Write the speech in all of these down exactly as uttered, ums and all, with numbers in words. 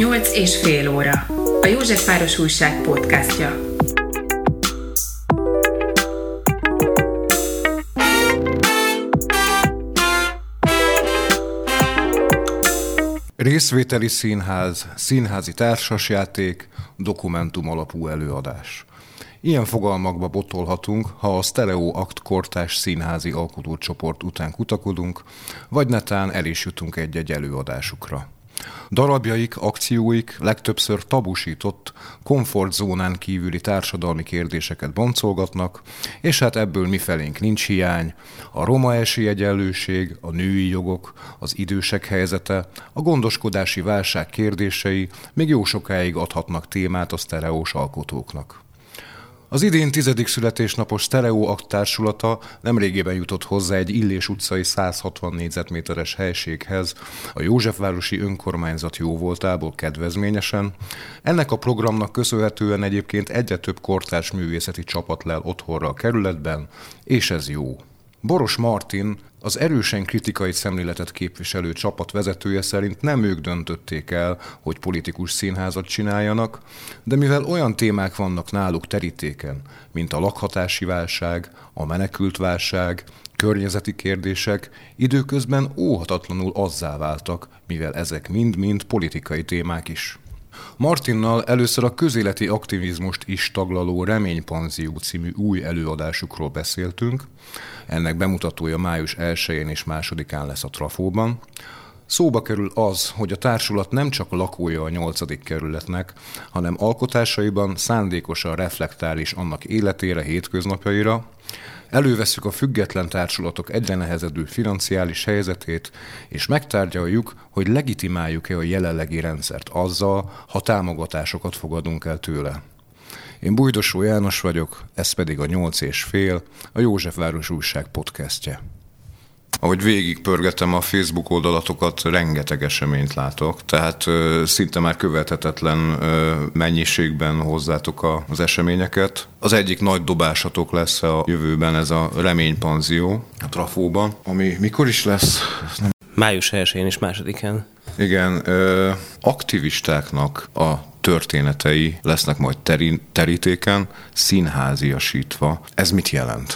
Nyolc és fél óra. A Józsefváros Újság podcastja. Részvételi színház, színházi társasjáték, dokumentum alapú előadás. Ilyen fogalmakba botolhatunk, ha a Stereo Act kortárs színházi alkotócsoport után kutakodunk, vagy netán el is jutunk egy-egy előadásukra. Darabjaik, akcióik legtöbbször tabusított, komfortzónán kívüli társadalmi kérdéseket boncolgatnak, és hát ebből mifelénk nincs hiány. A roma esélyegyenlőség, a női jogok, az idősek helyzete, a gondoskodási válság kérdései még jó sokáig adhatnak témát a sztereós alkotóknak. Az idén tizedik születésnapos Stereo Act társulata nemrégében jutott hozzá egy Illés utcai száz hatvan négyzetméteres helységhez, a Józsefvárosi önkormányzat jóvoltából kedvezményesen. Ennek a programnak köszönhetően egyébként egyre több kortárs művészeti csapat lel otthonra a kerületben, és ez jó. Boros Martin, az erősen kritikai szemléletet képviselő csapat vezetője szerint nem ők döntötték el, hogy politikus színházat csináljanak, de mivel olyan témák vannak náluk terítéken, mint a lakhatási válság, a menekültválság, környezeti kérdések, időközben óhatatlanul azzá váltak, mivel ezek mind-mind politikai témák is. Martinnal először a közéleti aktivizmust is taglaló Reménypanzió című új előadásukról beszéltünk. Ennek bemutatója május elsején és másodikán lesz a Trafóban. Szóba kerül az, hogy a társulat nem csak lakója a nyolcadik kerületnek, hanem alkotásaiban szándékosan reflektál is annak életére, hétköznapjaira. Elővesszük a független társulatok egyre nehezedő financiális helyzetét, és megtárgyaljuk, hogy legitimáljuk-e a jelenlegi rendszert azzal, ha támogatásokat fogadunk el tőle. Én Bújdosó János vagyok, ez pedig a Nyolc és fél, a Józsefváros Újság podcastje. Ahogy végigpörgetem a Facebook oldalatokat, rengeteg eseményt látok, tehát ö, szinte már követhetetlen ö, mennyiségben hozzátok a, az eseményeket. Az egyik nagy dobásatok lesz a jövőben ez a Reménypanzió a Trafóban, ami mikor is lesz? május elsején és másodikán. Igen, ö, aktivistáknak a történetei lesznek majd teri, terítéken, színháziasítva. Ez mit jelent?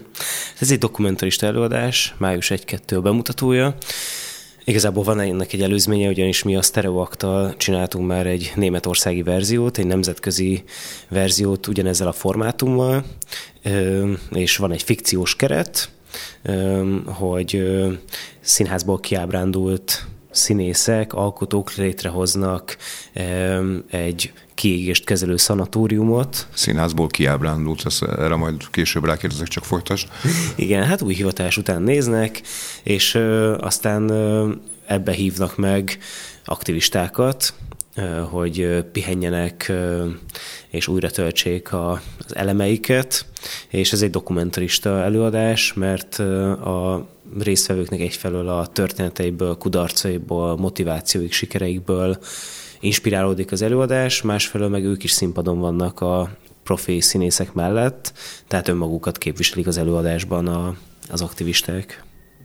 Ez egy dokumentarista előadás, május elseje a bemutatója. Igazából van ennek egy előzménye, ugyanis mi a Stereo Act-tal csináltunk már egy németországi verziót, egy nemzetközi verziót ugyanezzel a formátummal, és van egy fikciós keret, hogy színházból kiábrándult színészek, alkotók létrehoznak egy kiégést kezelő szanatóriumot. Színházból kiábrándult, ezt, erre majd később rákérdezek, csak folytasd. Igen, hát új hivatás után néznek, és ö, aztán ö, ebbe hívnak meg aktivistákat, ö, hogy pihenjenek ö, és újra töltsék a, az elemeiket, és ez egy dokumentarista előadás, mert ö, a résztvevőknek egyfelől a történeteiből, kudarcaiból, motivációik, sikereikből inspirálódik az előadás, másfelől meg ők is színpadon vannak a profi színészek mellett, tehát önmagukat képviselik az előadásban a, az aktivisták.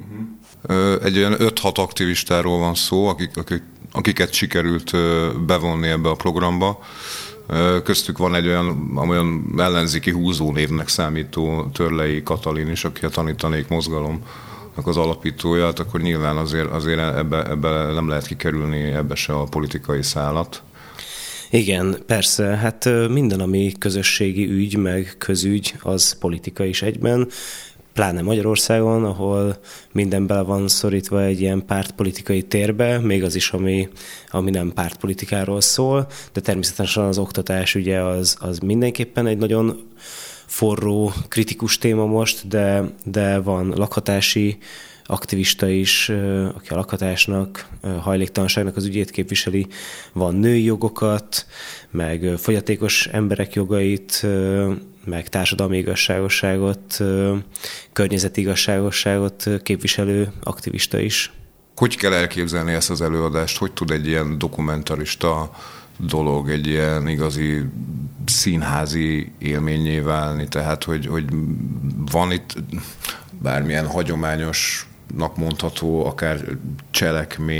Egy olyan öt-hat aktivistáról van szó, akik, akik, akiket sikerült bevonni ebbe a programba. Köztük van egy olyan, olyan ellenzéki húzónévnek számító Törlei Katalin is, aki a Tanítanék mozgalom az alapítója, hát akkor nyilván azért, azért ebbe, ebbe nem lehet kikerülni, ebbe se a politikai szálat. Igen, persze, hát minden, ami közösségi ügy, meg közügy, az politika is egyben, pláne Magyarországon, ahol minden bele van szorítva egy ilyen pártpolitikai térbe, még az is, ami, ami nem pártpolitikáról szól, de természetesen az oktatás ugye az, az mindenképpen egy nagyon forró, kritikus téma most, de, de van lakhatási aktivista is, aki a lakhatásnak, hajléktalanságnak az ügyét képviseli, van női jogokat, meg fogyatékos emberek jogait, meg társadalmi igazságosságot, környezeti igazságosságot képviselő aktivista is. Hogy kell elképzelni ezt az előadást? Hogy tud egy ilyen dokumentarista dolog egy ilyen igazi színházi élménnyé válni? Tehát, hogy, hogy van itt bármilyen hagyományosnak mondható, akár cselekmény,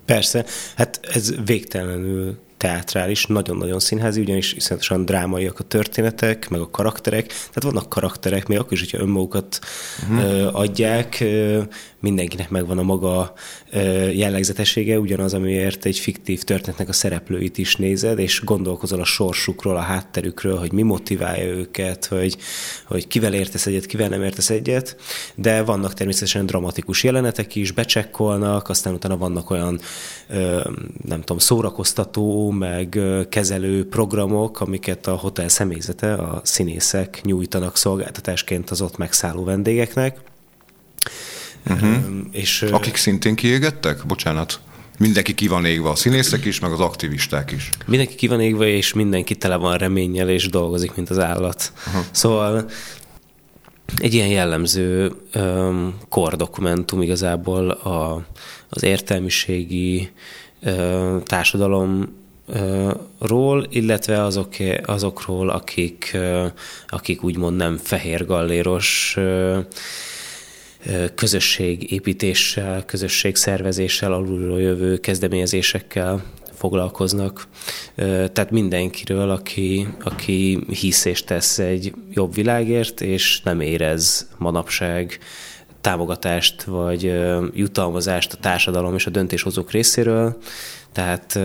Persze, hát ez végtelenül teátrális, nagyon-nagyon színházi, ugyanis iszonyatosan drámaiak a történetek, meg a karakterek, tehát vannak karakterek, még akkor is, hogyha önmagukat uh-huh. adják, mindenkinek megvan a maga jellegzetessége, ugyanaz, amiért egy fiktív történetnek a szereplőit is nézed, és gondolkozol a sorsukról, a hátterükről, hogy mi motiválja őket, hogy, hogy kivel értesz egyet, kivel nem értesz egyet, de vannak természetesen dramatikus jelenetek is, becsekkolnak, aztán utána vannak olyan, nem tudom, szórakoztató, meg kezelő programok, amiket a hotel személyzete, a színészek nyújtanak szolgáltatásként az ott megszálló vendégeknek. Uh-huh. És, akik szintén kiégettek? Bocsánat. Mindenki ki van égve, a színészek is, meg az aktivisták is. Mindenki ki van égve, és mindenki tele van reménnyel, és dolgozik, mint az állat. Uh-huh. Szóval egy ilyen jellemző um, kordokumentum igazából a, az értelmiségi uh, társadalomról, illetve azok, azokról, akik, uh, akik úgymond nem fehérgalléros uh, közösségépítéssel, közösségszervezéssel, alulról jövő kezdeményezésekkel foglalkoznak. Tehát mindenkiről, aki, aki hisz és tesz egy jobb világért, és nem érez manapság támogatást vagy jutalmazást a társadalom és a döntéshozók részéről. Tehát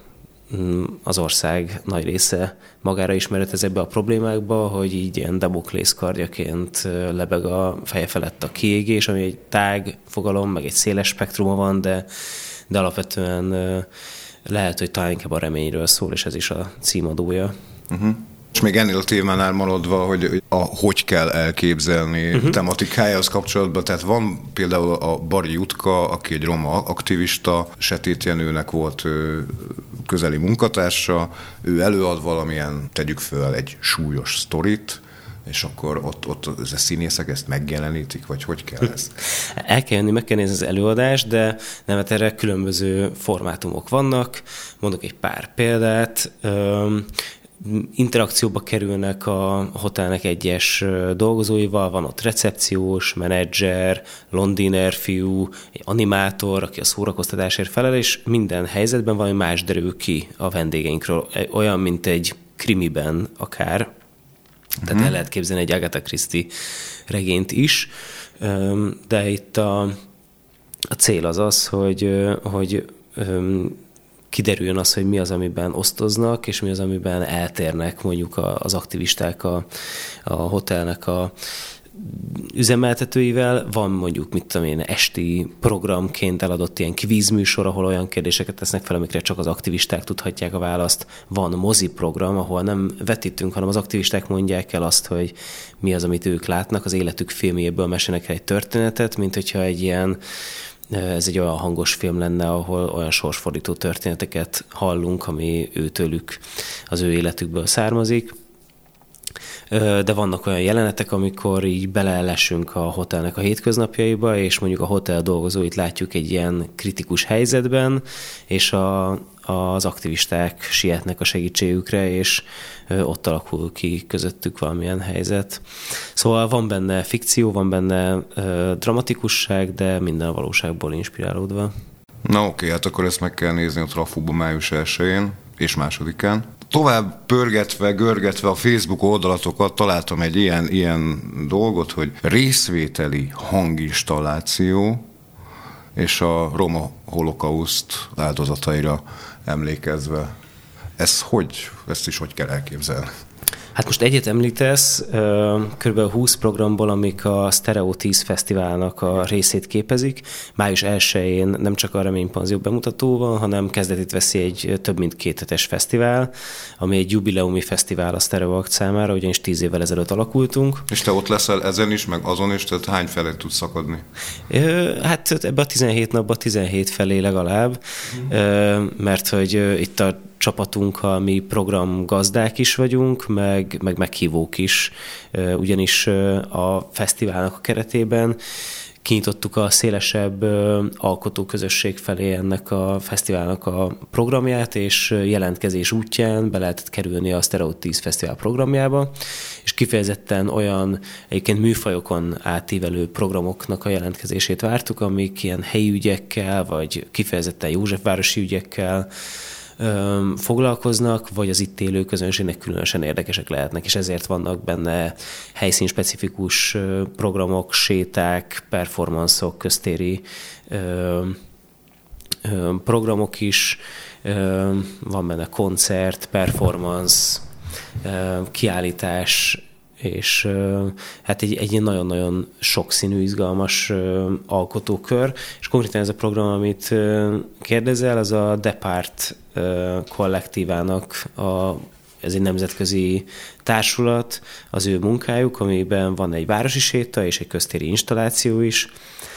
az ország nagy része magára ismeret ebbe a problémákba, hogy így ilyen Damoklész kardjaként lebeg a feje felett a kiégés, ami egy tág fogalom, meg egy széles spektruma van, de, de alapvetően lehet, hogy talán inkább a reményről szól, és ez is a címadója. Uh-huh. És még ennél a témánál maradva, hogy a hogy kell elképzelni uh-huh. tematikájához kapcsolatban, tehát van például a Bari Jutka, aki egy roma aktivista, Setét Jenőnek volt közeli munkatársa, ő előad valamilyen, tegyük föl egy súlyos sztorit, és akkor ott, ott a színészek ezt megjelenítik, vagy hogy kell ez? El kell jönni, meg kell nézni az előadást, de nem, hát erre különböző formátumok vannak. Mondok egy pár példát. Interakcióba kerülnek a hotelnek egyes dolgozóival, van ott recepciós, menedzser, londiner fiú, egy animátor, aki a szórakoztatásért felel, és minden helyzetben valami más derül ki a vendégeinkről. Olyan, mint egy krimiben akár. Tehát uh-huh. el lehet képzelni egy Agatha Christie regényt is, de itt a, a cél az az, hogy, hogy kiderüljön az, hogy mi az, amiben osztoznak, és mi az, amiben eltérnek mondjuk az aktivisták a, a hotelnek a üzemeltetőivel. Van mondjuk, mit tudom én, esti programként eladott ilyen kvízműsor, ahol olyan kérdéseket tesznek fel, amikre csak az aktivisták tudhatják a választ. Van mozi program, ahol nem vetítünk, hanem az aktivisták mondják el azt, hogy mi az, amit ők látnak, az életük filmjéből mesélnek el egy történetet, mint hogyha egy ilyen ez egy olyan hangos film lenne, ahol olyan sorsfordító történeteket hallunk, ami őtőlük, az ő életükből származik. De vannak olyan jelenetek, amikor így beleelesünk a hotelnek a hétköznapjaiba, és mondjuk a hotel dolgozóit látjuk egy ilyen kritikus helyzetben, és a, az aktivisták sietnek a segítségükre, és ott alakul ki közöttük valamilyen helyzet. Szóval van benne fikció, van benne dramatikusság, de minden a valóságból inspirálódva. Na oké, hát akkor ezt meg kell nézni a Trafóban május elsején és másodikán. Tovább pörgetve, görgetve a Facebook oldalatokat találtam egy ilyen, ilyen dolgot, hogy részvételi hanginstalláció és a roma holokauszt áldozataira emlékezve. Ez hogy, ezt is hogy kell elképzelni? Hát most egyet említesz, kb. húsz programból, amik a Stereo tíz Fesztiválnak a részét képezik. május elsején nem csak a Reménypanzió bemutató van, hanem kezdetét veszi egy több mint két hetes fesztivál, ami egy jubileumi fesztivál a Stereo Act számára, ugyanis tíz évvel ezelőtt alakultunk. És te ott leszel ezen is, meg azon is, tehát hány felé tudsz szakadni? Hát ebbe a tizenhét napba tizenhét felé legalább, mm. mert hogy itt a csapatunkkal mi programgazdák is vagyunk, meg, meg meghívók is, ugyanis a fesztiválnak a keretében kinyitottuk a szélesebb alkotóközösség felé ennek a fesztiválnak a programját, és jelentkezés útján be lehetett kerülni a Stereo tíz Fesztivál programjába, és kifejezetten olyan egyébként műfajokon átívelő programoknak a jelentkezését vártuk, amik ilyen helyi ügyekkel, vagy kifejezetten Józsefvárosi ügyekkel foglalkoznak, vagy az itt élő közönségnek különösen érdekesek lehetnek, és ezért vannak benne helyszínspecifikus programok, séták, performanszok, köztéri programok is, van benne koncert, performance, kiállítás, és hát egy, egy nagyon-nagyon sokszínű, izgalmas alkotókör, és konkrétan ez a program, amit kérdezel, az a Depart kollektívának a, ez egy nemzetközi társulat, az ő munkájuk, amiben van egy városi séta és egy köztéri installáció is.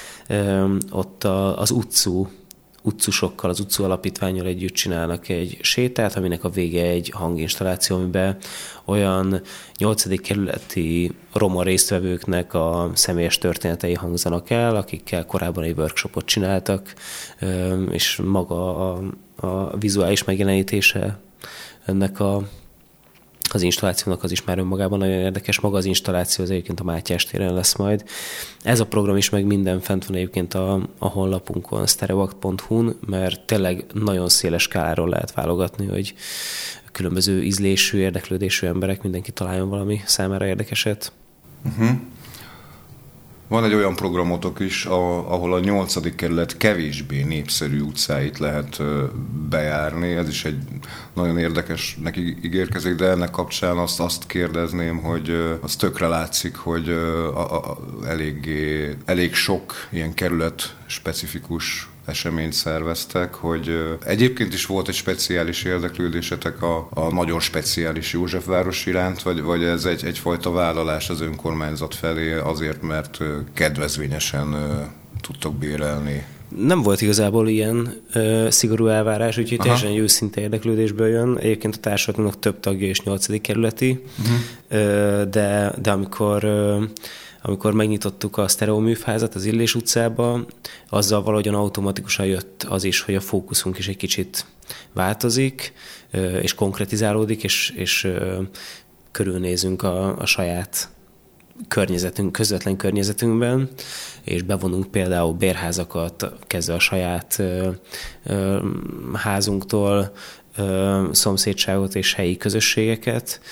Ott az utcú utcusokkal, az utcú alapítvánnyal együtt csinálnak egy sétát, aminek a vége egy hanginstalláció, amiben olyan nyolcadik kerületi roma résztvevőknek a személyes történetei hangzanak el, akikkel korábban egy workshopot csináltak, és maga a, a vizuális megjelenítése ennek a az installációnak az is már önmagában nagyon érdekes. Maga az installáció az egyébként a Mátyás téren lesz majd. Ez a program is meg minden fent van egyébként a, a honlapunkon, stereoact pont hu-n, mert tényleg nagyon széles skáláról lehet válogatni, hogy különböző ízlésű, érdeklődésű emberek, mindenki találjon valami számára érdekeset. Uh-huh. Van egy olyan programotok is, ahol a nyolcadik kerület kevésbé népszerű utcáit lehet bejárni. Ez is egy nagyon érdekes neki ígérkezik, de ennek kapcsán azt, azt kérdezném, hogy az tökre látszik, hogy a, a, eléggé, elég sok ilyen kerület specifikus eseményt szerveztek, hogy egyébként is volt egy speciális érdeklődésetek a, a nagyon speciális Józsefváros iránt, vagy, vagy ez egy, egyfajta vállalás az önkormányzat felé azért, mert kedvezményesen tudtok bérelni? Nem volt igazából ilyen ö, szigorú elvárás, úgyhogy Aha. teljesen őszinte érdeklődésből jön. Egyébként a társadalomnak több tagja és nyolcadik kerületi, uh-huh. ö, de, de amikor... Ö, Amikor megnyitottuk a Stereo műfázat az Illés utcába, azzal valahogyan automatikusan jött az is, hogy a fókuszunk is egy kicsit változik, és konkretizálódik, és, és körülnézünk a, a saját környezetünk, közvetlen környezetünkben, és bevonunk például bérházakat, kezdve a saját ö, ö, házunktól, ö, szomszédságot és helyi közösségeket.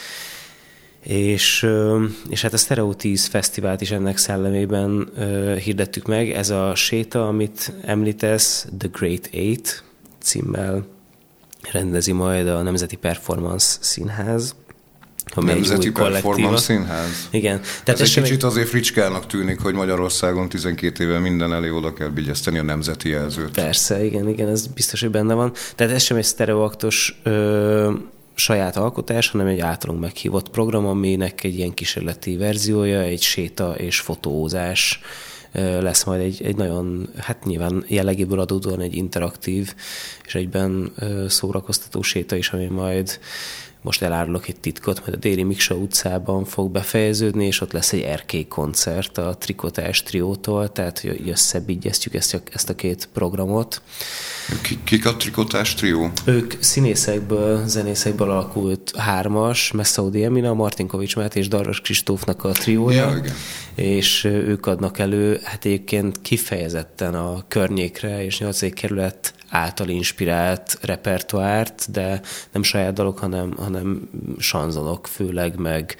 És, és hát a Stereo tíz Fesztivált is ennek szellemében uh, hirdettük meg. Ez a séta, amit említesz, The Great Eight címmel rendezi majd a Nemzeti Performance Színház. Nemzeti Performance Színház? Igen. Tehát ez egy kicsit meg... azért fricskának tűnik, hogy Magyarországon tizenkét éve minden elé oda kell vigyeszteni a nemzeti jelzőt. Persze, igen, igen, ez biztos, hogy benne van. Tehát ez sem egy sztereoaktos ö, saját alkotás, hanem egy általunk meghívott program, aminek egy ilyen kísérleti verziója, egy séta és fotózás lesz majd egy, egy nagyon, hát nyilván jellegéből adódóan egy interaktív és egyben szórakoztató séta is, ami majd most elárulok egy titkot, majd a Déri Miksa utcában fog befejeződni, és ott lesz egy erkély koncert a Trikotás triótól, tehát hogy összebigyeztjük ezt a, ezt a két programot. Kik a Trikotás trió? Ők színészekből, zenészekből alakult hármas, Messaudi Emina, Martin Kovics Máté és Darvas Kristófnak a triója, ja, és ők adnak elő, hát egyébként kifejezetten a környékre és nyolcadik kerület által inspirált repertoárt, de nem saját dalok, hanem, hanem sanzonok főleg, meg,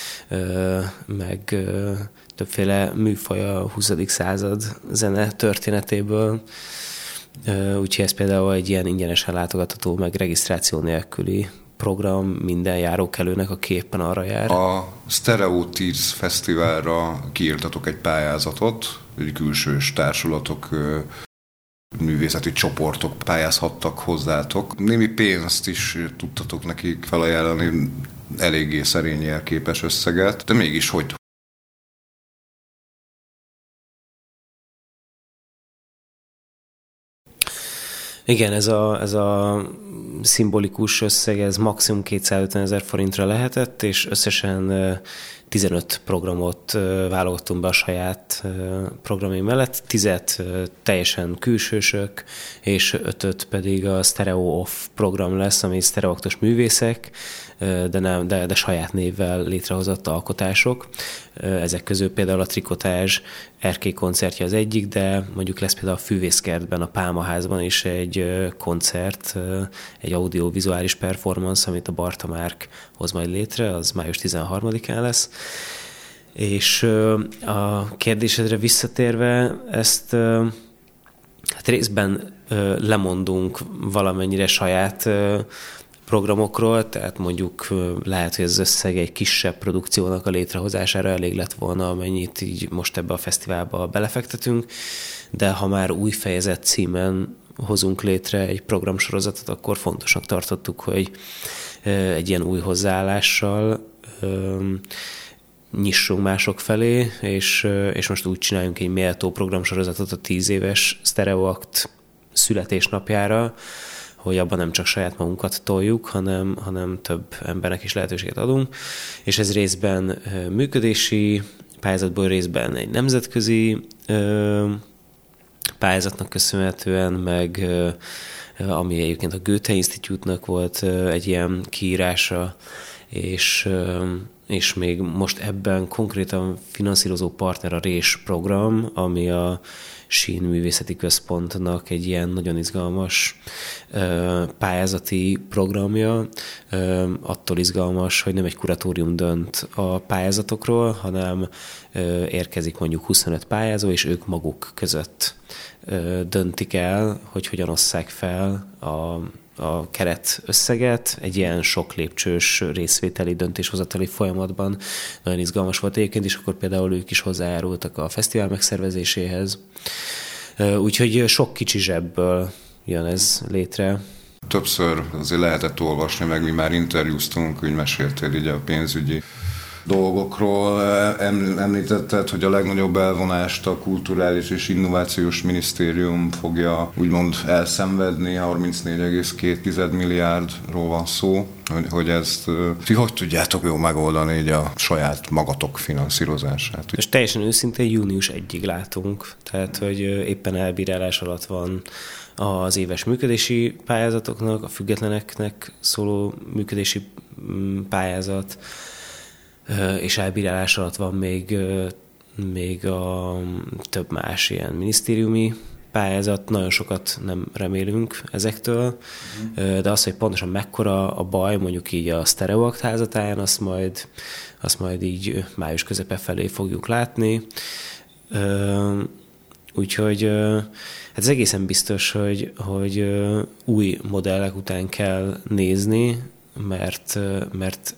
meg többféle műfaj a huszadik század zene történetéből. Úgyhogy ez például egy ilyen ingyenesen látogatható, meg regisztráció nélküli program, minden járókelőnek, aki éppen arra jár. A Stereo tíz Fesztiválra kiírtatok egy pályázatot, egy külsős társulatok, művészeti csoportok pályázhattak hozzátok. Némi pénzt is tudtatok nekik felajánlani, eléggé szerény jelképes összeget, de mégis hogy? Igen, ez a, ez a szimbolikus összeg, ez maximum kétszázötven ezer forintra lehetett, és összesen tizenöt programot válogattunk be a saját programé mellett, tízet teljesen külsősök, és ötöt pedig a Stereo Off program lesz, ami sztereoaktos művészek, de, nem, de, de saját névvel létrehozott alkotások. Ezek közül például a Trikotázs erkély koncertje az egyik, de mondjuk lesz például a Fűvészkertben, a Pálmaházban is egy koncert, egy audiovizuális performance, amit a Barta Márk hoz majd létre, az május tizenharmadikán lesz. És a kérdésedre visszatérve, ezt hát részben lemondunk valamennyire saját programokról, tehát mondjuk lehet, hogy az összeg egy kisebb produkciónak a létrehozására elég lett volna, amennyit így most ebbe a fesztiválba belefektetünk, de ha már új fejezet címen hozunk létre egy programsorozatot, akkor fontosnak tartottuk, hogy egy ilyen új hozzáállással nyissunk mások felé, és, és most úgy csináljunk egy méltó programsorozatot a tíz éves Stereoakt születésnapjára, hogy abban nem csak saját magunkat toljuk, hanem, hanem több embernek is lehetőséget adunk, és ez részben működési pályázatból, részben egy nemzetközi pályázatnak köszönhetően, meg ami egyébként a Goethe Institute-nak volt egy ilyen kiírása, és, és még most ebben konkrétan finanszírozó partner a Rés program, ami a Sín Művészeti Központnak egy ilyen nagyon izgalmas ö, pályázati programja. Ö, attól izgalmas, hogy nem egy kuratórium dönt a pályázatokról, hanem ö, érkezik mondjuk huszonöt pályázó, és ők maguk között ö, döntik el, hogy hogyan osszák fel a a keret összeget, egy ilyen sok lépcsős részvételi döntéshozatali folyamatban nagyon izgalmas volt egyébként, és akkor például ők is hozzájárultak a fesztivál megszervezéséhez. Úgyhogy sok kicsi zsebből jön ez létre. Többször azért lehetett olvasni, meg mi már interjúztunk, úgy meséltél így a pénzügyi dolgokról. Említetted, hogy a legnagyobb elvonást a Kulturális és Innovációs Minisztérium fogja úgymond elszenvedni, harmincnégy egész két milliárdról van szó, hogy, hogy ezt ti hogy tudjátok jól megoldani így a saját magatok finanszírozását? És teljesen őszintén június elsejéig látunk, tehát hogy éppen elbírálás alatt van az éves működési pályázatoknak, a függetleneknek szóló működési pályázat, és elbírálás alatt van még, még a több más ilyen minisztériumi pályázat. Nagyon sokat nem remélünk ezektől, uh-huh. de az, hogy pontosan mekkora a baj, mondjuk így a Stereoakt házatáján, azt majd, azt majd így május közepe felé fogjuk látni. Úgyhogy hát ez egészen biztos, hogy, hogy új modellek után kell nézni, mert, mert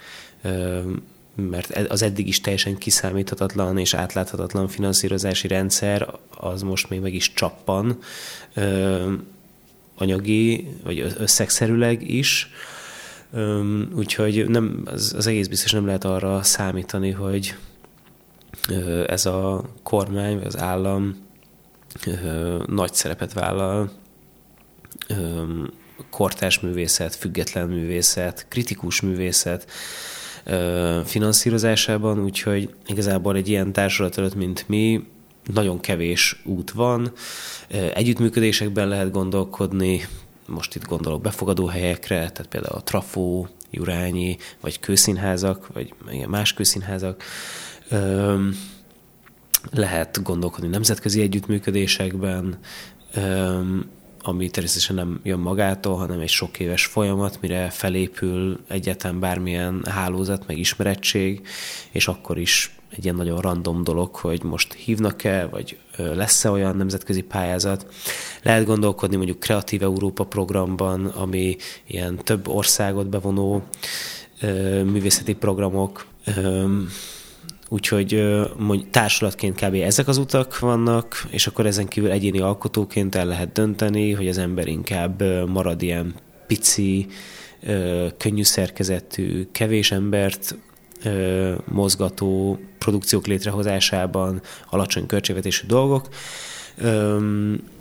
mert az eddig is teljesen kiszámíthatatlan és átláthatatlan finanszírozási rendszer, az most még meg is csappan ö, anyagi, vagy összegszerűleg is. Ö, úgyhogy nem, az, az egész biztos nem lehet arra számítani, hogy ö, ez a kormány, vagy az állam ö, nagy szerepet vállal ö, kortárs művészet, független művészet, kritikus művészet finanszírozásában, úgyhogy igazából egy ilyen társulat előtt, mint mi, nagyon kevés út van. Együttműködésekben lehet gondolkodni, most itt gondolok befogadóhelyekre, tehát például a Trafó, Jurányi, vagy kőszínházak, vagy más kőszínházak. Lehet gondolkodni nemzetközi együttműködésekben, ami természetesen nem jön magától, hanem egy sok éves folyamat, mire felépül egyáltalán bármilyen hálózat, meg ismerettség, és akkor is egy ilyen nagyon random dolog, hogy most hívnak-e, vagy lesz-e olyan nemzetközi pályázat. Lehet gondolkodni mondjuk Kreatív Európa programban, ami ilyen több országot bevonó művészeti programok, úgyhogy mondjuk társulatként kb. Ezek az utak vannak, és akkor ezen kívül egyéni alkotóként el lehet dönteni, hogy az ember inkább marad ilyen pici, könnyű szerkezetű, kevés embert mozgató produkciók létrehozásában, alacsony költségvetésű dolgok,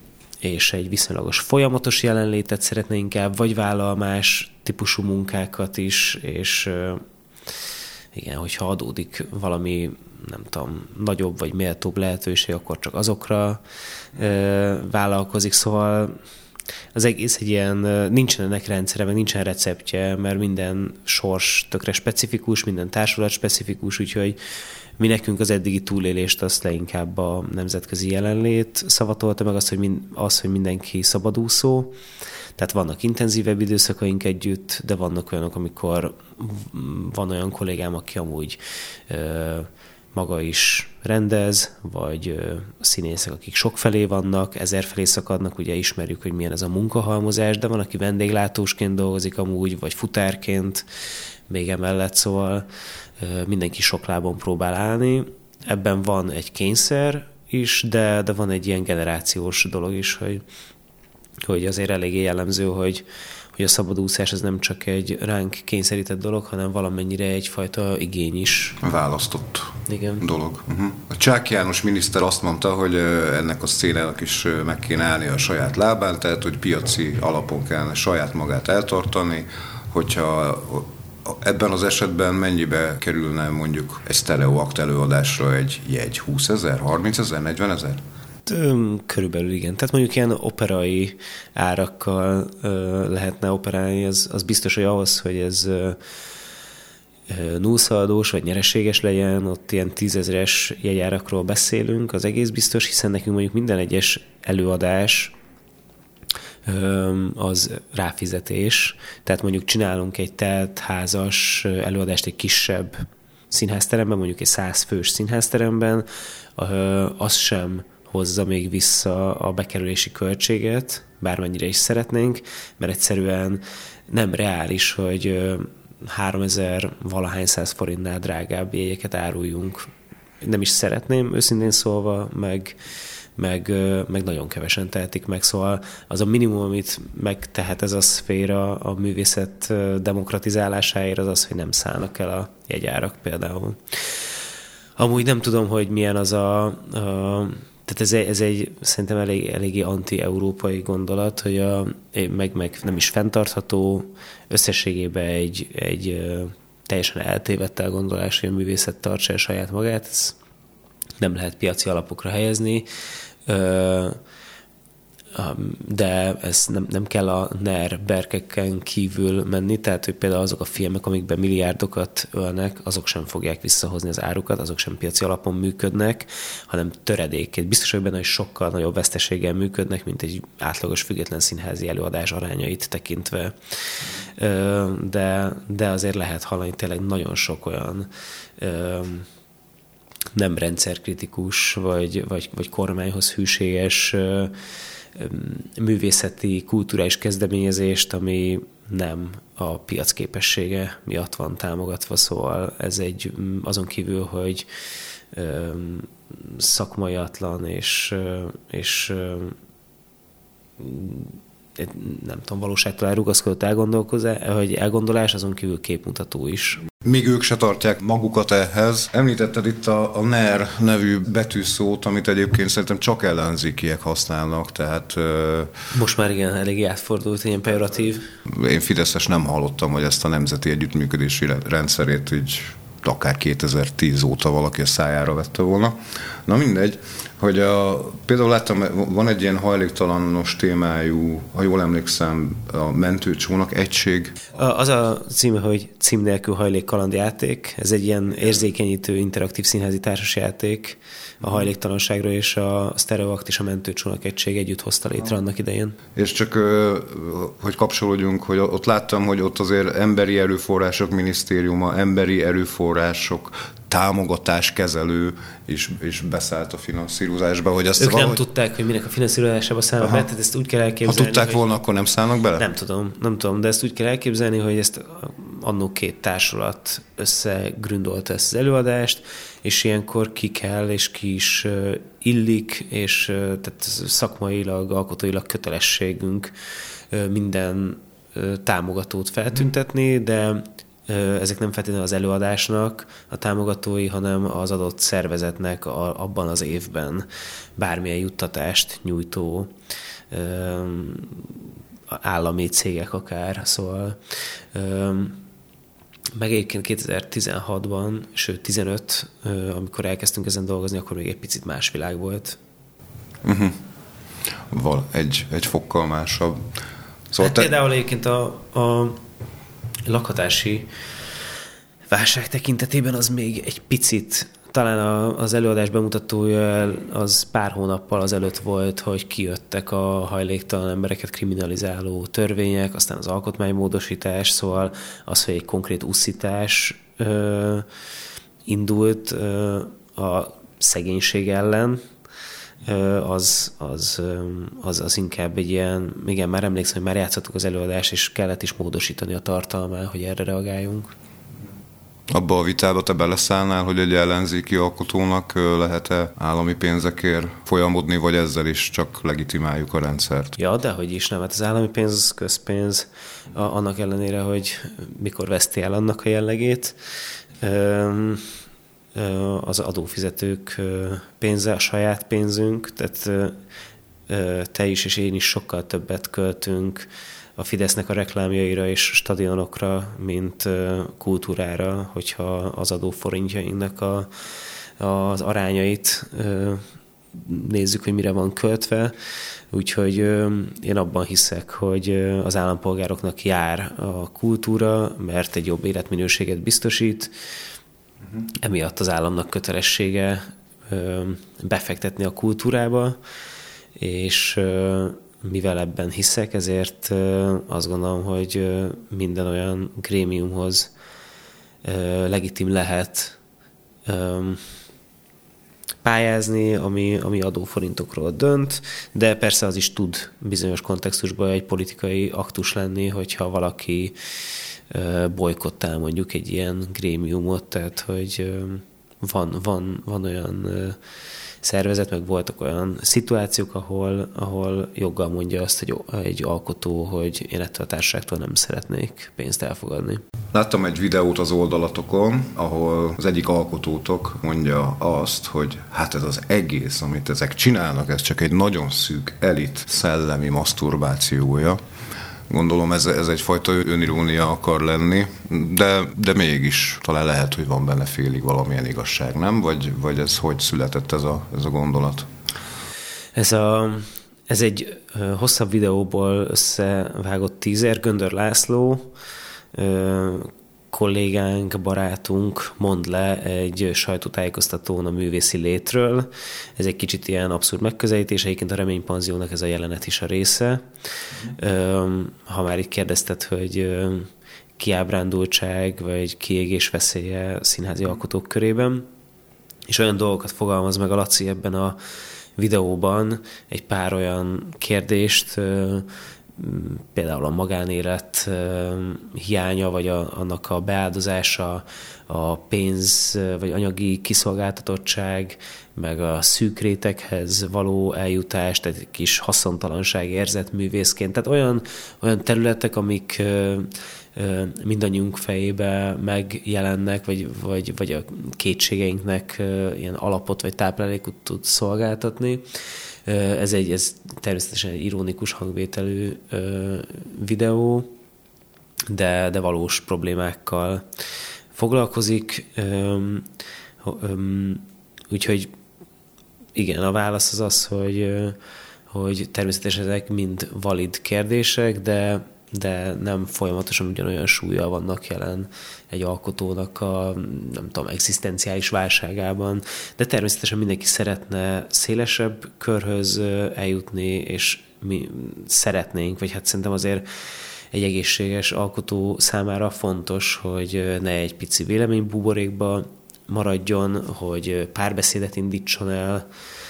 és egy viszonylagos folyamatos jelenlétet szeretne inkább, vagy vállal más típusú munkákat is, és igen, hogyha adódik valami, nem tudom, nagyobb vagy méltóbb lehetőség, akkor csak azokra vállalkozik, szóval az egész egy ilyen, nincsen ennek rendszere, meg nincsen receptje, mert minden sors tökre specifikus, minden társulat specifikus, úgyhogy mi nekünk az eddigi túlélést azt leginkább a nemzetközi jelenlét szavatolta, meg az, hogy, mind, az, hogy mindenki szabadúszó. Tehát vannak intenzívebb időszakaink együtt, de vannak olyanok, amikor van olyan kollégám, aki amúgy ö, maga is rendez, vagy ö, színészek, akik sokfelé vannak, ezerfelé szakadnak, ugye ismerjük, hogy milyen ez a munkahalmozás, de van, aki vendéglátósként dolgozik amúgy, vagy futárként még emellett, szóval ö, mindenki sok lábon próbál állni. Ebben van egy kényszer is, de, de van egy ilyen generációs dolog is, hogy hogy azért eléggé jellemző, hogy, hogy a szabadúszás az nem csak egy ránk kényszerített dolog, hanem valamennyire egyfajta igény is. Választott Igen. dolog. Uh-huh. A Csák János miniszter azt mondta, hogy ennek a szénának is meg kéne állni a saját lábán, tehát hogy piaci alapon kellene saját magát eltartani, hogyha ebben az esetben mennyibe kerülne mondjuk egy sztereoakt előadásra egy jegy? húszezer, harmincezer, negyvenezer? Körülbelül igen. Tehát mondjuk ilyen operai árakkal ö, lehetne operálni, az, az biztos, hogy ahhoz, hogy ez ö, nullszaladós vagy nyereséges legyen, ott ilyen tízezres jegyárakról beszélünk, az egész biztos, hiszen nekünk mondjuk minden egyes előadás ö, az ráfizetés. Tehát mondjuk csinálunk egy teltházas előadást egy kisebb színházteremben, mondjuk egy száz fős színházteremben, ö, az sem hozza még vissza a bekerülési költséget, bármennyire is szeretnénk, mert egyszerűen nem reális, hogy háromezer valahány száz forintnál drágább jegyeket áruljunk. Nem is szeretném, őszintén szólva, meg, meg, meg nagyon kevesen tehetik meg, szóval az a minimum, amit megtehet ez a szféra a művészet demokratizálásáért, az az, hogy nem szállnak el a jegyárak például. Amúgy nem tudom, hogy milyen az a, a Tehát ez egy, ez egy szerintem elég, eléggé anti-európai gondolat, hogy a, meg, meg nem is fenntartható, összességében egy, egy teljesen eltévedt elgondolás, hogy a művészet tartsa el saját magát, ez nem lehet piaci alapokra helyezni, de ez nem, nem kell a en e er berkeken kívül menni, tehát hogy például azok a filmek, amikben milliárdokat ölnek, azok sem fogják visszahozni az árukat, azok sem piaci alapon működnek, hanem töredékét. Biztos, hogy benne, hogy sokkal nagyobb veszteséggel működnek, mint egy átlagos független színházi előadás arányait tekintve. De, de azért lehet hallani tényleg nagyon sok olyan nem rendszerkritikus, vagy, vagy, vagy kormányhoz hűséges művészeti, kulturális kezdeményezést, ami nem a piac képessége miatt van támogatva, szóval ez egy azon kívül, hogy szakmaiatlan és, és nem tudom, valóságtól elrugaszkodott elgondolás, azon kívül képmutató is. Még ők se tartják magukat ehhez. Említetted itt a, a en e er nevű betűszót, amit egyébként szerintem csak ellenzékiek használnak, tehát... Most már igen, elég átfordult, ilyen pejoratív. Én fideszes nem hallottam, hogy ezt a nemzeti együttműködési rendszerét így akár kétezer-tíz óta valaki a szájára vette volna. Na mindegy, hogy a, például láttam, van egy ilyen hajléktalanos témájú, ha jól emlékszem, a mentőcsónak egység. Az a címe, hogy Cím nélkül hajlék kalandjáték. Ez egy ilyen érzékenyítő, interaktív színházi társasjáték a hajléktalanságról, és a Sztereoakt és a mentőcsónak egység együtt hozta létre annak idején. És csak, hogy kapcsolódjunk, hogy ott láttam, hogy ott azért emberi erőforrások minisztériuma, emberi erőforrások támogatáskezelő is, is beszállt a finanszírozásba. Hogy ezt ők valahogy... nem tudták, hogy minek a finanszírozásába szállnak be, tehát ezt úgy kell elképzelni. Ha tudták hogy... volna, akkor nem szállnak bele? Nem tudom, nem tudom, de ezt úgy kell elképzelni, hogy ezt annó két társulat összegründolta ezt az előadást, és ilyenkor ki kell, és ki is illik, és tehát szakmailag, alkotóilag kötelességünk minden támogatót feltüntetni, de ezek nem feltétlenül az előadásnak a támogatói, hanem az adott szervezetnek a, abban az évben bármilyen juttatást nyújtó állami cégek akár. Szóval meg egyébként kétezer-tizenhatban, sőt tizenöt, amikor elkezdtünk ezen dolgozni, akkor még egy picit más világ volt. Uh-huh. Val, egy, egy fokkal másabb. Szóval hát te... Például egyébként a, a lakhatási válság tekintetében az még egy picit, talán az előadás bemutatója az pár hónappal azelőtt volt, hogy kijöttek a hajléktalan embereket kriminalizáló törvények, aztán az alkotmánymódosítás, szóval az, hogy egy konkrét uszítás ö, indult ö, a szegénység ellen, Az, az, az, az inkább egy ilyen, igen, már emlékszem, hogy már játszottuk az előadást, és kellett is módosítani a tartalmát, hogy erre reagáljunk. Abba a vitába te beleszállnál, hogy egy ellenzéki alkotónak lehet-e állami pénzekért folyamodni, vagy ezzel is csak legitimáljuk a rendszert? Ja, dehogy is nem. Hát az állami pénz az közpénz, annak ellenére, hogy mikor veszti el annak a jellegét. Az adófizetők pénze, a saját pénzünk, tehát te is és én is sokkal többet költünk a Fidesznek a reklámjaira és stadionokra, mint kultúrára, hogyha az adóforintjainknak a, az arányait nézzük, hogy mire van költve. Úgyhogy én abban hiszek, hogy az állampolgároknak jár a kultúra, mert egy jobb életminőséget biztosít. Emiatt az államnak kötelessége befektetni a kultúrába, és mivel ebben hiszek, ezért azt gondolom, hogy minden olyan grémiumhoz legitim lehet pályázni, ami, ami adóforintokról dönt, de persze az is tud bizonyos kontextusban egy politikai aktus lenni, hogyha valaki bojkottál mondjuk egy ilyen grémiumot, tehát hogy van, van, van olyan szervezet, meg voltak olyan szituációk, ahol, ahol joggal mondja azt egy, egy alkotó, hogy én ettől a társaságtól nem szeretnék pénzt elfogadni. Láttam egy videót az oldalatokon, ahol az egyik alkotótok mondja azt, hogy hát ez az egész, amit ezek csinálnak, ez csak egy nagyon szűk elit szellemi maszturbációja. Gondolom ez, ez egyfajta önirónia akar lenni, de, de mégis talán lehet, hogy van benne félig valamilyen igazság, nem? Vagy, vagy ez hogy született ez a, ez a gondolat? Ez, a, ez egy hosszabb videóból összevágott tízer. Göndör László, kollégánk, barátunk mond le egy sajtótájékoztatón a művészi létről. Ez egy kicsit ilyen abszurd megközelítés, egyébként a Reménypanziónak ez a jelenet is a része. Mm. Ha már itt kérdezted, hogy kiábrándultság vagy kiégés veszélye a színházi alkotók körében, és olyan dolgokat fogalmaz meg a Laci ebben a videóban, egy pár olyan kérdést, például a magánélet hiánya, vagy a, annak a beáldozása, a pénz, vagy anyagi kiszolgáltatottság, meg a szűk réteghez való eljutás, tehát egy kis haszontalanság érzet művészként. Tehát olyan, olyan területek, amik mindannyiunk fejébe megjelennek, vagy, vagy, vagy a kétségeinknek ilyen alapot vagy táplálékot tud szolgáltatni. Ez, egy, ez természetesen egy ironikus hangvételű ö, videó, de, de valós problémákkal foglalkozik. Ö, ö, úgyhogy igen, a válasz az az, hogy, hogy természetesen ezek mind valid kérdések, de de nem folyamatosan ugyanolyan súllyal vannak jelen egy alkotónak a, nem tudom, egzisztenciális válságában. De természetesen mindenki szeretne szélesebb körhöz eljutni, és mi szeretnénk, vagy hát szerintem azért egy egészséges alkotó számára fontos, hogy ne egy pici véleménybuborékba maradjon, hogy párbeszédet indítson el,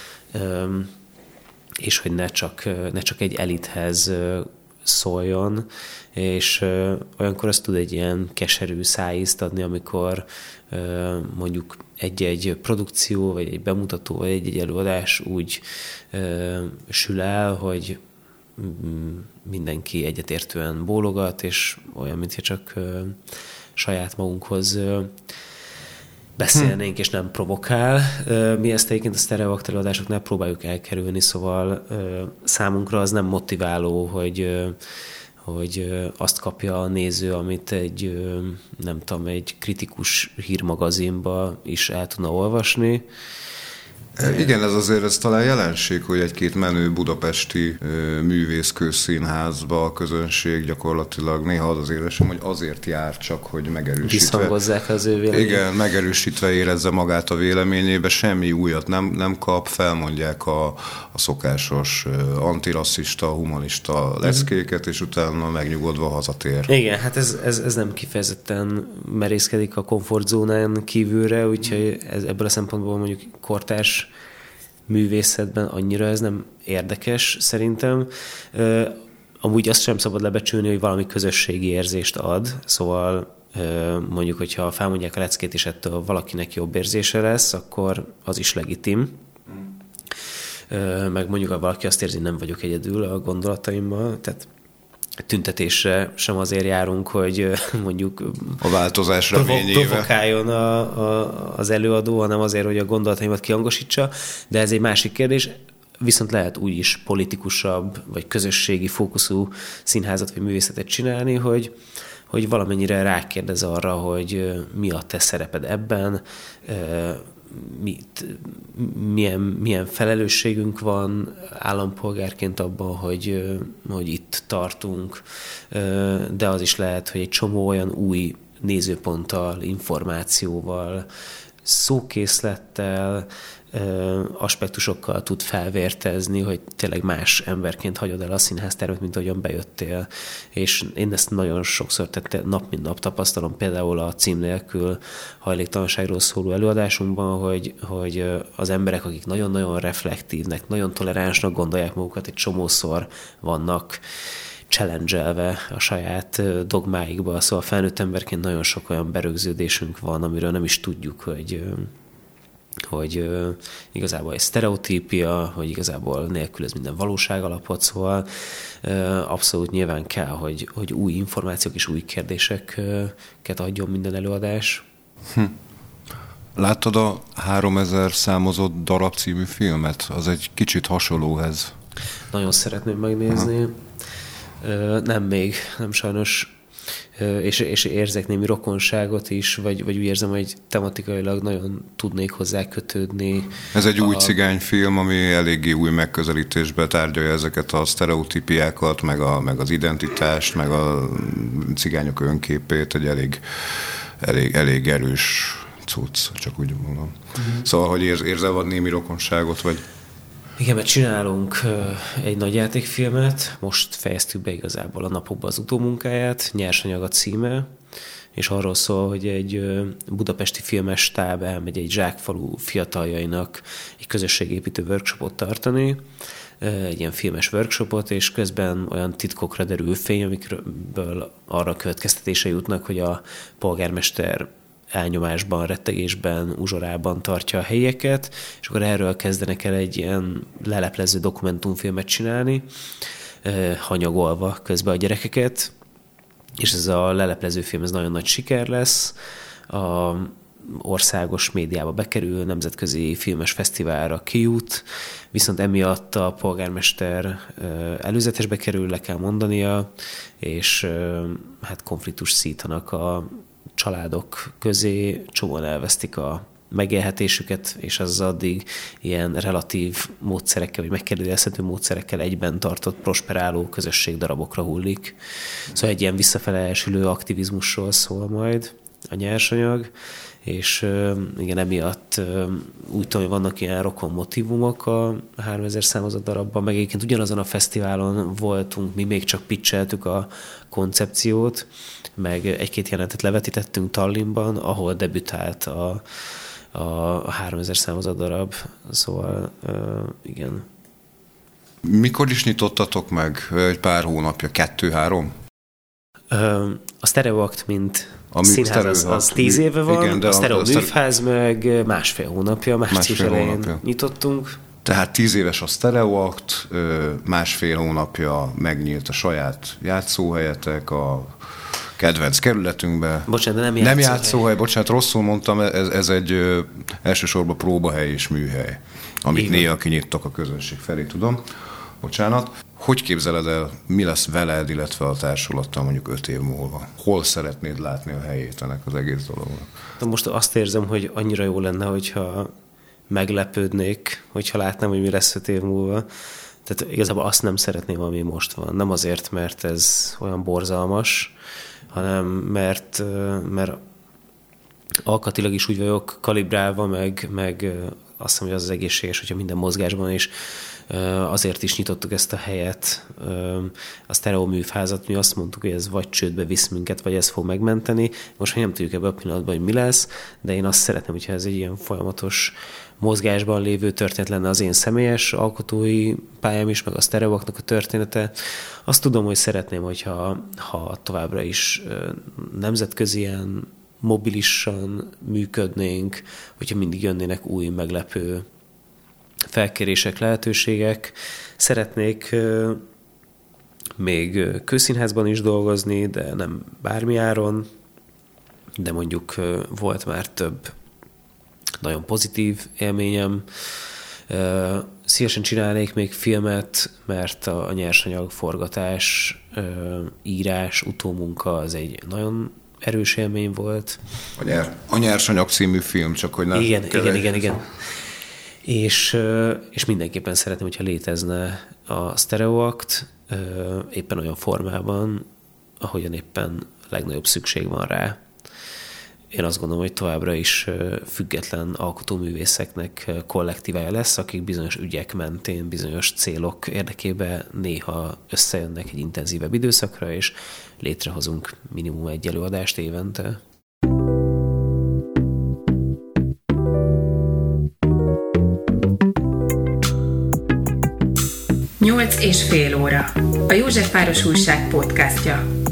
és hogy ne csak, ne csak egy elithez szóljon, és ö, olyankor az tud egy ilyen keserű szájízt adni, amikor ö, mondjuk egy-egy produkció, vagy egy bemutató, vagy egy-egy előadás úgy ö, sül el, hogy mindenki egyetértően bólogat, és olyan, mintha csak ö, saját magunkhoz beszélnénk, hm. és nem provokál. Mi ezt egyébként a sztereoakt előadásoknál próbáljuk elkerülni, szóval számunkra az nem motiváló, hogy, hogy azt kapja a néző, amit egy, nem tudom, egy kritikus hírmagazinba is el tudna olvasni. Igen, ez azért ez talán jelenség, hogy egy-két menő budapesti művészkőszínházba a közönség gyakorlatilag néha az az érzésem, hogy azért jár csak, hogy megerősítve. Visszhangozzák az ő véleményét. Igen, megerősítve érezze magát a véleményébe, semmi újat nem, nem kap, felmondják a, a szokásos antirasszista, humanista leckéket, és utána megnyugodva hazatér. Igen, hát ez, ez, ez nem kifejezetten merészkedik a komfortzónán kívülre, úgyhogy ez, ebből a szempontból mondjuk kortárs művészetben annyira ez nem érdekes szerintem. Amúgy azt sem szabad lebecsülni, hogy valami közösségi érzést ad, szóval mondjuk, hogyha felmondják a leckét, és ettől valakinek jobb érzése lesz, akkor az is legitim. Meg mondjuk, ha valaki azt érzi, nem vagyok egyedül a gondolataimmal, tehát tüntetésre sem azért járunk, hogy mondjuk a változás reményével provokáljon a, a, az előadó, hanem azért, hogy a gondolataimat kihangosítsa, de ez egy másik kérdés. Viszont lehet úgy is politikusabb, vagy közösségi fókuszú színházat, vagy művészetet csinálni, hogy, hogy valamennyire rákérdez arra, hogy mi a te szereped ebben, mit, milyen, milyen felelősségünk van állampolgárként abban, hogy, hogy itt tartunk, de az is lehet, hogy egy csomó olyan új nézőponttal, információval, szókészlettel, aspektusokkal tud felvértezni, hogy tényleg más emberként hagyod el a színháztermet, mint ahogyan bejöttél. És én ezt nagyon sokszor tette, nap mint nap tapasztalom, például a Cím nélkül hajléktalanságról szóló előadásunkban, hogy, hogy az emberek, akik nagyon-nagyon reflektívnek, nagyon toleránsnak gondolják magukat, egy csomószor vannak challenge-elve a saját dogmáikba, szóval felnőtt emberként nagyon sok olyan berögződésünk van, amiről nem is tudjuk, hogy hogy uh, igazából egy sztereotípia, hogy igazából nélkülöz minden valóság alapot, szóval uh, abszolút nyilván kell, hogy, hogy új információk és új kérdéseket adjon minden előadás. Hm. Láttad a háromezer számozott darab című filmet? Az egy kicsit hasonló ez. Nagyon szeretném megnézni. Uh, nem még, nem sajnos. És, és érzek némi rokonságot is, vagy, vagy úgy érzem, hogy tematikailag nagyon tudnék hozzá kötődni. Ez egy a... új cigányfilm, ami eléggé új megközelítésbe tárgyalja ezeket a sztereotípiákat, meg, a, meg az identitást, meg a cigányok önképét, egy elég, elég, elég erős cucc, csak úgy mondom. Mm-hmm. Szóval, hogy érz, érzel vagy némi rokonságot, vagy... Igen, mert csinálunk egy nagy játékfilmet, most fejeztük be igazából a napokban az utómunkáját, Nyersanyag a címe, és arról szól, hogy egy budapesti filmes stáb elmegy egy zsákfalu fiataljainak egy közösségépítő workshopot tartani, egy ilyen filmes workshopot, és közben olyan titkokra derül fény, amikből arra következtetése jutnak, hogy a polgármester elnyomásban, rettegésben, uzsorában tartja a helyieket, és akkor erről kezdenek el egy ilyen leleplező dokumentumfilmet csinálni, hanyagolva közben a gyerekeket, és ez a leleplező film ez nagyon nagy siker lesz, a országos médiába bekerül, nemzetközi filmes fesztiválra kijut, viszont emiatt a polgármester előzetesbe kerül, le kell mondania, és hát konfliktus szítanak a családok közé, csomóan elvesztik a megélhetésüket, és az addig ilyen relatív módszerekkel, vagy megkérdőjelezhető módszerekkel egyben tartott prosperáló közösségdarabokra hullik. Szóval egy ilyen visszafele elsülő aktivizmusról szól majd a Nyersanyag, és igen, emiatt úgy tudom, hogy vannak ilyen rokon motívumok a háromezer számozott darabban, meg egyébként ugyanazon a fesztiválon voltunk, mi még csak pitcheltük a koncepciót, meg egy-két jelentet levetítettünk Tallinnban, ahol debütált a, a háromezer számozott darab, szóval igen. Mikor is nyitottatok meg? Egy pár hónapja, kettő-három? A Sztereoakt, mint a színház, az, az tíz éve van, igen, de a Sztereó műfáz meg másfél hónapja, március elején hónapja. Nyitottunk. Tehát tíz éves a Sztereoakt, másfél hónapja megnyílt a saját játszóhelyetek, a kedvenc kerületünkbe. Bocsánat, nem játszóhely. Nem játszóhely, bocsánat, rosszul mondtam, ez, ez egy ö, elsősorban próbahely és műhely, amit Igen. néha kinyittak a közönség felé, tudom. Bocsánat. Hogy képzeled el, mi lesz veled, illetve a társulattal mondjuk öt év múlva? Hol szeretnéd látni a helyét ennek az egész dolognak? De most azt érzem, hogy annyira jó lenne, hogyha meglepődnék, hogyha látnám, hogy mi lesz öt év múlva. Tehát igazából azt nem szeretném, ami most van. Nem azért, mert ez olyan borzalmas, hanem mert, mert alkatilag is úgy vagyok kalibrálva, meg, meg azt hiszem, hogy az az egészséges, hogyha minden mozgásban is. Azért is nyitottuk ezt a helyet, a sztereó műfázat, mi azt mondtuk, hogy ez vagy csődbe visz minket, vagy ez fog megmenteni. Most nem tudjuk ebben a pillanatban, hogy mi lesz, de én azt szeretném, hogyha ez egy ilyen folyamatos mozgásban lévő történet lenne az én személyes alkotói pályám is, meg a sztereóknak a története. Azt tudom, hogy szeretném, hogyha ha továbbra is nemzetközien, mobilisan működnénk, hogyha mindig jönnének új, meglepő felkérések, lehetőségek. Szeretnék uh, még közszínházban is dolgozni, de nem bármi áron, de mondjuk uh, volt már több nagyon pozitív élményem. Uh, szívesen csinálnék még filmet, mert a, a nyersanyag forgatás, uh, írás, utómunka az egy nagyon erős élmény volt. A, nyer, a Nyersanyag című film, csak hogy nem... Igen, igen, igen, igen. És, és mindenképpen szeretném, hogyha létezne a Stereoact éppen olyan formában, ahogyan éppen legnagyobb szükség van rá. Én azt gondolom, hogy továbbra is független alkotóművészeknek kollektívája lesz, akik bizonyos ügyek mentén, bizonyos célok érdekében néha összejönnek egy intenzívebb időszakra, és létrehozunk minimum egy előadást évente. Nyolc és fél óra. A Józsefváros Újság podcastja.